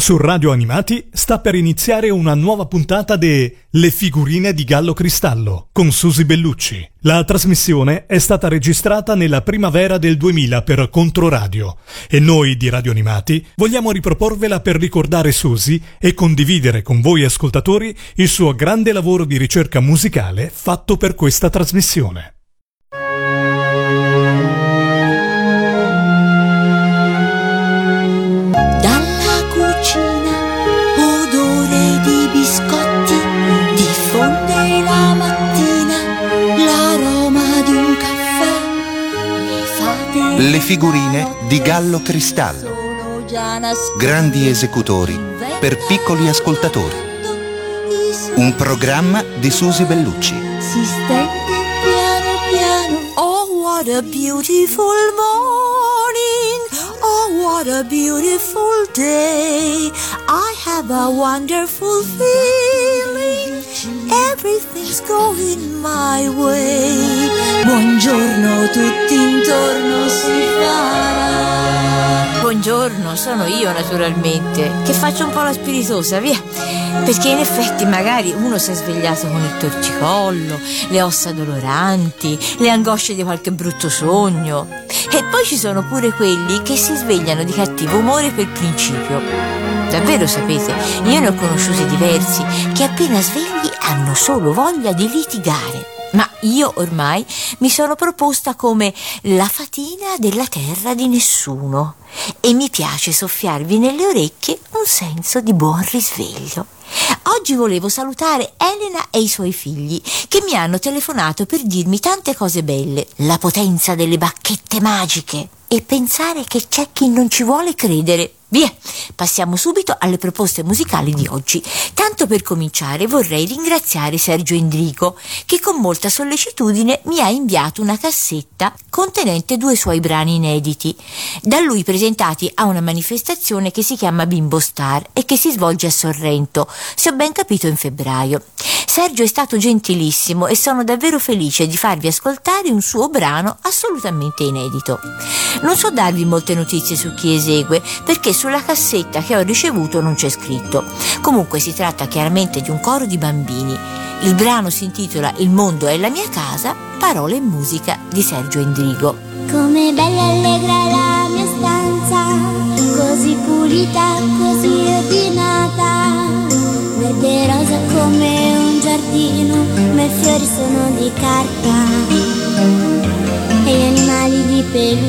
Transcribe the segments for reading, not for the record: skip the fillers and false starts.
Su Radio Animati sta per iniziare una nuova puntata de Le figurine di Gallo Cristallo con Susi Bellucci. La trasmissione è stata registrata nella primavera del 2000 per Controradio e noi di Radio Animati vogliamo riproporvela per ricordare Susi e condividere con voi ascoltatori il suo grande lavoro di ricerca musicale fatto per questa trasmissione. Le figurine di Gallo Cristallo. Grandi esecutori per piccoli ascoltatori. Un programma di Susi Bellucci. Si stende piano piano. Oh, what a beautiful morning. Oh, what a beautiful day. I have a wonderful feeling. Everything's going my way. Buongiorno, tutti intorno si farà. Buongiorno, sono io naturalmente, che faccio un po' la spiritosa, via. Perché in effetti magari uno si è svegliato con il torcicollo, le ossa doloranti, le angosce di qualche brutto sogno. E poi ci sono pure quelli che si svegliano di cattivo umore per principio. Davvero, sapete, io ne ho conosciuti diversi che appena svegli hanno solo voglia di litigare. Ma io ormai mi sono proposta come la fatina della terra di nessuno e mi piace soffiarvi nelle orecchie un senso di buon risveglio. Oggi volevo salutare Elena e i suoi figli che mi hanno telefonato per dirmi tante cose belle, la potenza delle bacchette magiche e pensare che c'è chi non ci vuole credere. Via, passiamo subito alle proposte musicali di oggi. Tanto per cominciare vorrei ringraziare Sergio Endrico che con molta sollecitudine mi ha inviato una cassetta contenente 2 suoi brani inediti, da lui presentati a una manifestazione che si chiama Bimbo Star e che si svolge a Sorrento, se ho ben capito in febbraio. Sergio è stato gentilissimo e sono davvero felice di farvi ascoltare un suo brano assolutamente inedito. Non so darvi molte notizie su chi esegue perché sulla cassetta che ho ricevuto non c'è scritto. Comunque si tratta chiaramente di un coro di bambini. Il brano si intitola Il mondo è la mia casa, parole e musica di Sergio Endrico. Come bella e allegra la mia stanza, così pulita, così ordinata, verde rosa come un giardino, ma i fiori sono di carta e gli animali di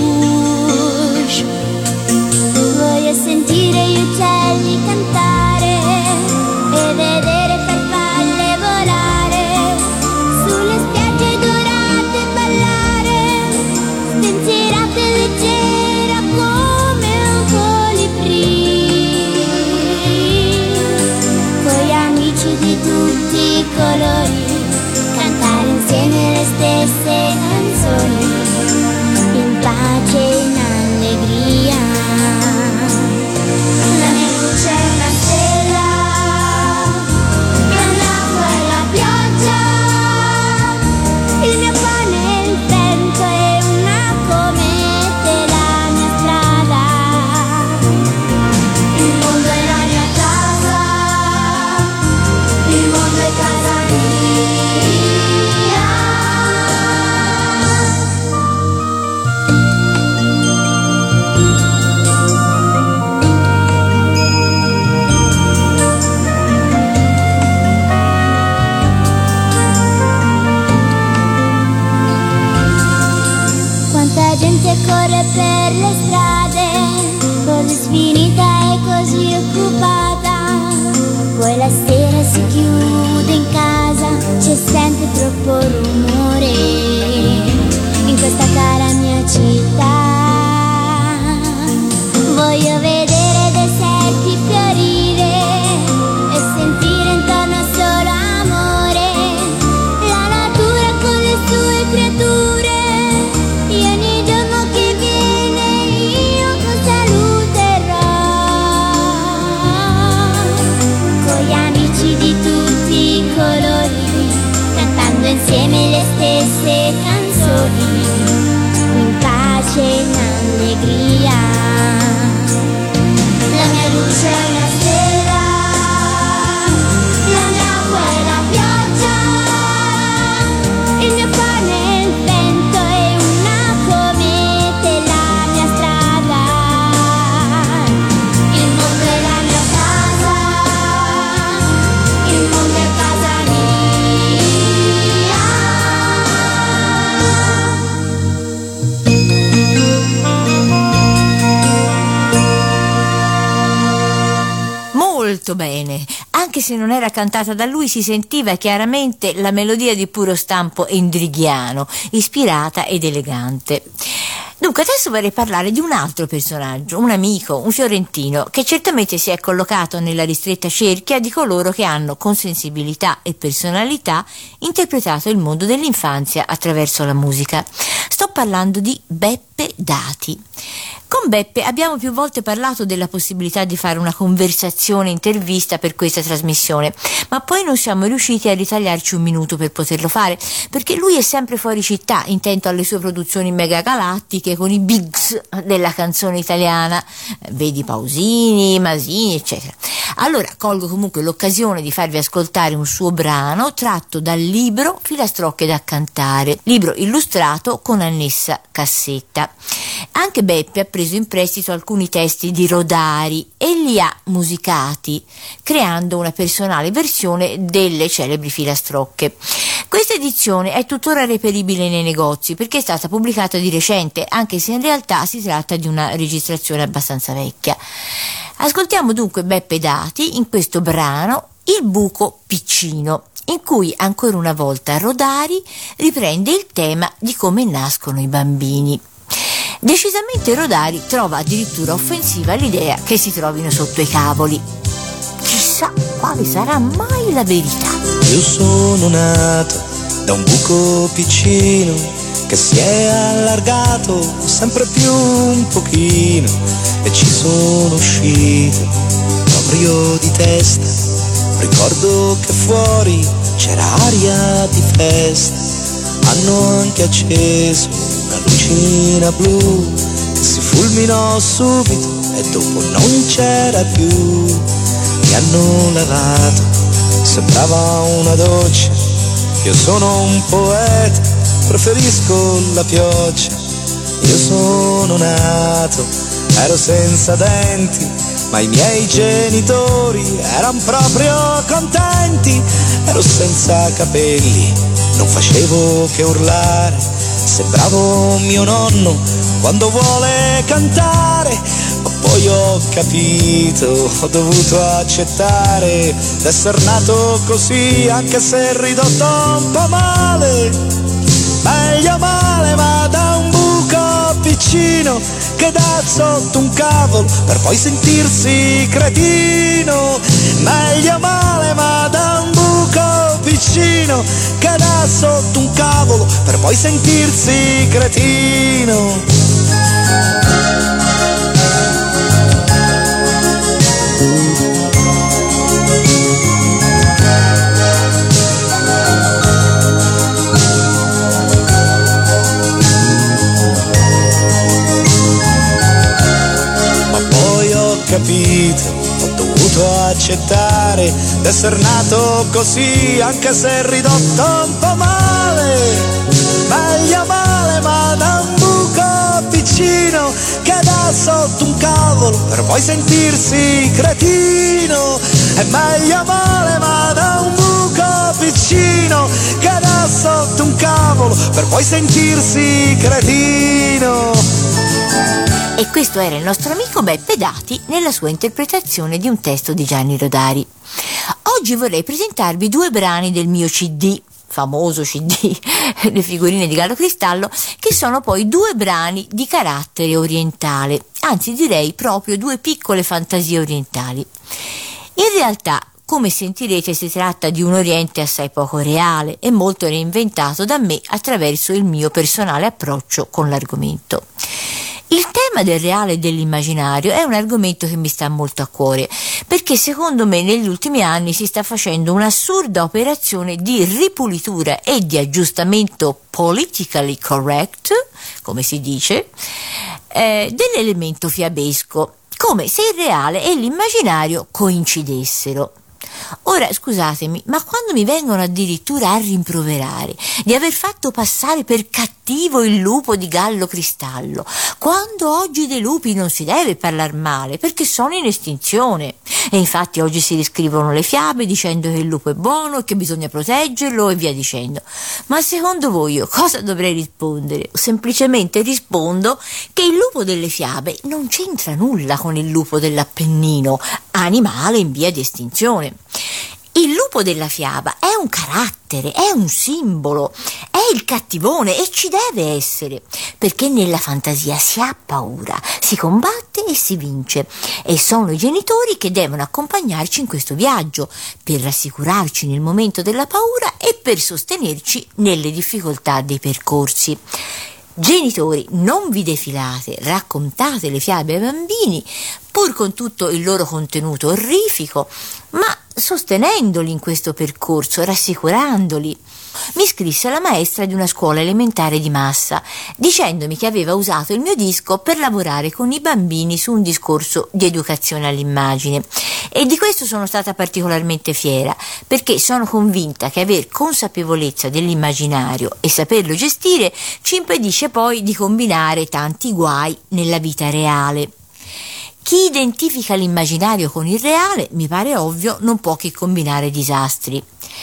peluche. Voglio sentire gli uccelli cantare e vedere farfalle volare, sulle spiagge dorate ballare, spensierate leggera come un colibrì, con gli amici di tutti i colori, cantare insieme le stesse canzoni, in pace e in allegria. La mia luce molto bene. Anche se non era cantata da lui, si sentiva chiaramente la melodia di puro stampo endrighiano, ispirata ed elegante. Dunque, adesso vorrei parlare di un altro personaggio, un amico, un fiorentino, che certamente si è collocato nella ristretta cerchia di coloro che hanno, con sensibilità e personalità, interpretato il mondo dell'infanzia attraverso la musica. Sto parlando di Beppe Dati. Con Beppe abbiamo più volte parlato della possibilità di fare una conversazione intervista per questa trasmissione, ma poi non siamo riusciti a ritagliarci un minuto per poterlo fare, perché lui è sempre fuori città, intento alle sue produzioni megagalattiche con i bigs della canzone italiana, vedi Pausini, Masini, eccetera. Allora colgo comunque l'occasione di farvi ascoltare un suo brano tratto dal libro Filastrocche da cantare, libro illustrato con annessa cassetta. Anche Beppe ha preso in prestito alcuni testi di Rodari e li ha musicati, creando una personale versione delle celebri filastrocche. Questa edizione è tuttora reperibile nei negozi perché è stata pubblicata di recente, anche se in realtà si tratta di una registrazione abbastanza vecchia. Ascoltiamo dunque Beppe Dati in questo brano Il buco piccino, in cui ancora una volta Rodari riprende il tema di come nascono i bambini. Decisamente Rodari trova addirittura offensiva l'idea che si trovino sotto i cavoli. Chissà quale sarà mai la verità. Io sono nato da un buco piccino che si è allargato sempre più un pochino e ci sono uscito proprio di testa. Ricordo che fuori c'era aria di festa, hanno anche acceso una lucina blu che si fulminò subito e dopo non c'era più. Mi hanno lavato, sembrava una doccia. Io sono un poeta, preferisco la pioggia. Io sono nato, ero senza denti, ma i miei genitori eran proprio contenti. Ero senza capelli, non facevo che urlare, sembravo mio nonno quando vuole cantare. Ma poi ho capito, ho dovuto accettare d'essere nato così, anche se ridotto un po' male. Meglio male ma da un buco piccino che dà sotto un cavolo per poi sentirsi cretino. Meglio male ma da un buco piccino che dà sotto un cavolo per poi sentirsi cretino. Capito, ho dovuto accettare d'essere nato così, anche se ridotto un po' male. Meglio male ma da un buco piccino che dà sotto un cavolo per poi sentirsi cretino. È meglio male ma da un buco piccino che dà sotto un cavolo per poi sentirsi cretino. E questo era il nostro amico Beppe Dati nella sua interpretazione di un testo di Gianni Rodari. Oggi vorrei presentarvi due brani del mio CD, famoso CD, Le figurine di Gallo Cristallo, che sono poi due brani di carattere orientale, anzi direi proprio due piccole fantasie orientali. In realtà, come sentirete, si tratta di un Oriente assai poco reale e molto reinventato da me attraverso il mio personale approccio con l'argomento. Il tema del reale e dell'immaginario è un argomento che mi sta molto a cuore, perché secondo me negli ultimi anni si sta facendo un'assurda operazione di ripulitura e di aggiustamento politically correct, come si dice, dell'elemento fiabesco, come se il reale e l'immaginario coincidessero. Ora scusatemi, ma quando mi vengono addirittura a rimproverare di aver fatto passare per cattivo cattivo il lupo di Gallo Cristallo, quando oggi dei lupi non si deve parlare male perché sono in estinzione. E infatti oggi si riscrivono le fiabe dicendo che il lupo è buono e che bisogna proteggerlo e via dicendo. Ma secondo voi io cosa dovrei rispondere? Semplicemente rispondo che il lupo delle fiabe non c'entra nulla con il lupo dell'Appennino, animale in via di estinzione. Il lupo della fiaba è un carattere, è un simbolo, è il cattivone e ci deve essere, perché nella fantasia si ha paura, si combatte e si vince, e sono i genitori che devono accompagnarci in questo viaggio per rassicurarci nel momento della paura e per sostenerci nelle difficoltà dei percorsi. Genitori, non vi defilate, raccontate le fiabe ai bambini, pur con tutto il loro contenuto orrifico, ma sostenendoli in questo percorso, rassicurandoli. Mi scrisse la maestra di una scuola elementare di Massa, dicendomi che aveva usato il mio disco per lavorare con i bambini su un discorso di educazione all'immagine. E di questo sono stata particolarmente fiera, perché sono convinta che aver consapevolezza dell'immaginario e saperlo gestire ci impedisce poi di combinare tanti guai nella vita reale. Chi identifica l'immaginario con il reale, mi pare ovvio, non può che combinare disastri.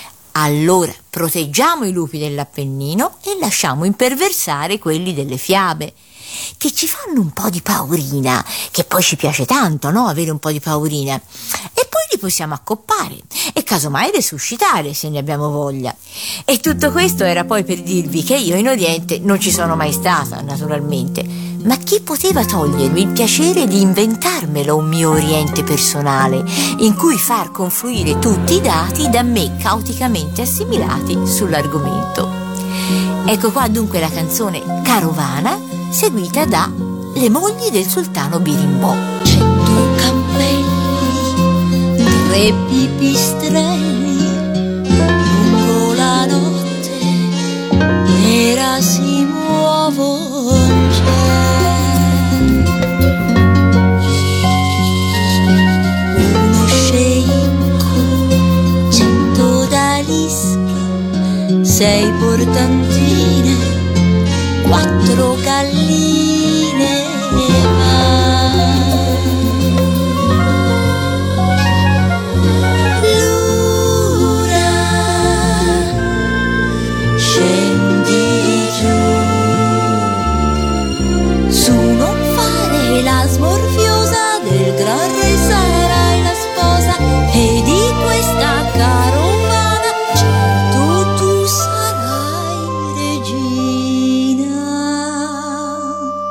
Allora proteggiamo i lupi dell'Appennino e lasciamo imperversare quelli delle fiabe, che ci fanno un po' di paurina, che poi ci piace tanto, no? Avere un po' di paurina. E poi li possiamo accoppare e casomai resuscitare se ne abbiamo voglia. E tutto questo era poi per dirvi che io in Oriente non ci sono mai stata, naturalmente. Ma chi poteva togliermi il piacere di inventarmelo un mio Oriente personale, in cui far confluire tutti i dati da me caoticamente assimilati sull'argomento. Ecco qua dunque la canzone Carovana, seguita da Le mogli del sultano Birimbò. 100 campelli, 3 pipistrelli, lungo la notte nera si muovono. Uno sceicco, 100 odalische, 6 portantine, 4 galline, Lura, scendi giù, su non fare la smorfiosa, del gran re sarai la sposa, e di questa carovana certo tu sarai regina.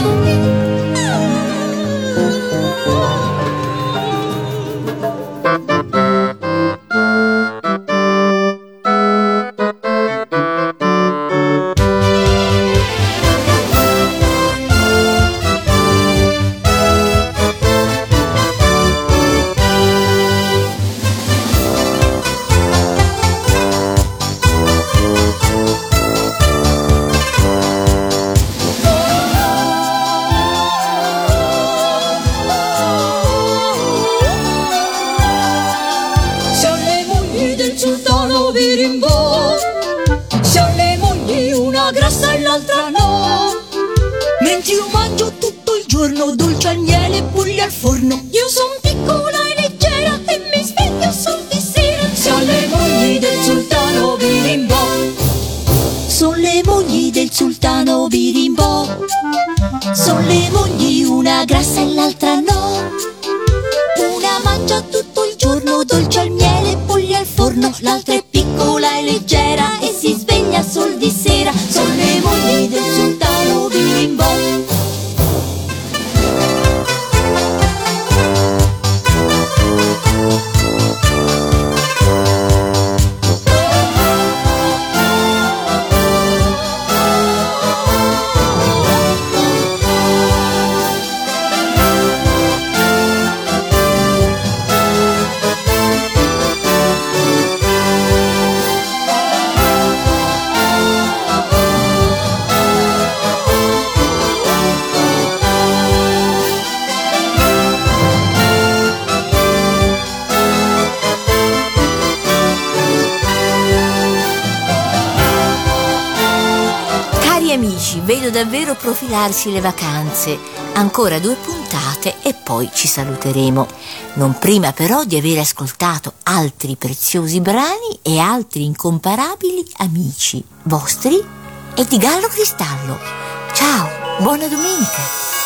Vedo davvero profilarsi le vacanze. Ancora 2 puntate e poi ci saluteremo. Non prima però di aver ascoltato altri preziosi brani e altri incomparabili amici vostri e di Gallo Cristallo. Ciao, buona domenica.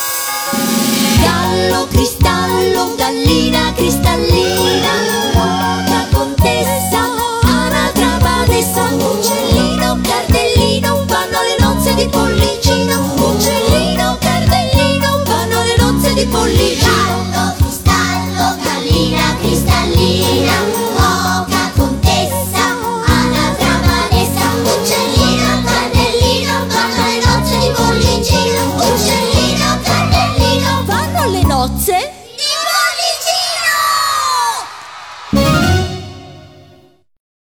Gallo Cristallo, gallina cristallina, poca contessa, anatra badessa, uccellino, cardellino, vanno le nozze di Pollicino, uccellino, cardellino, vanno le nozze di Pollicino. Gallo cristallo, gallina cristallina, poca contessa, anatra badessa, uccellino, cardellino, vanno le nozze di Pollicino, uccellino, cardellino, Vanno le nozze?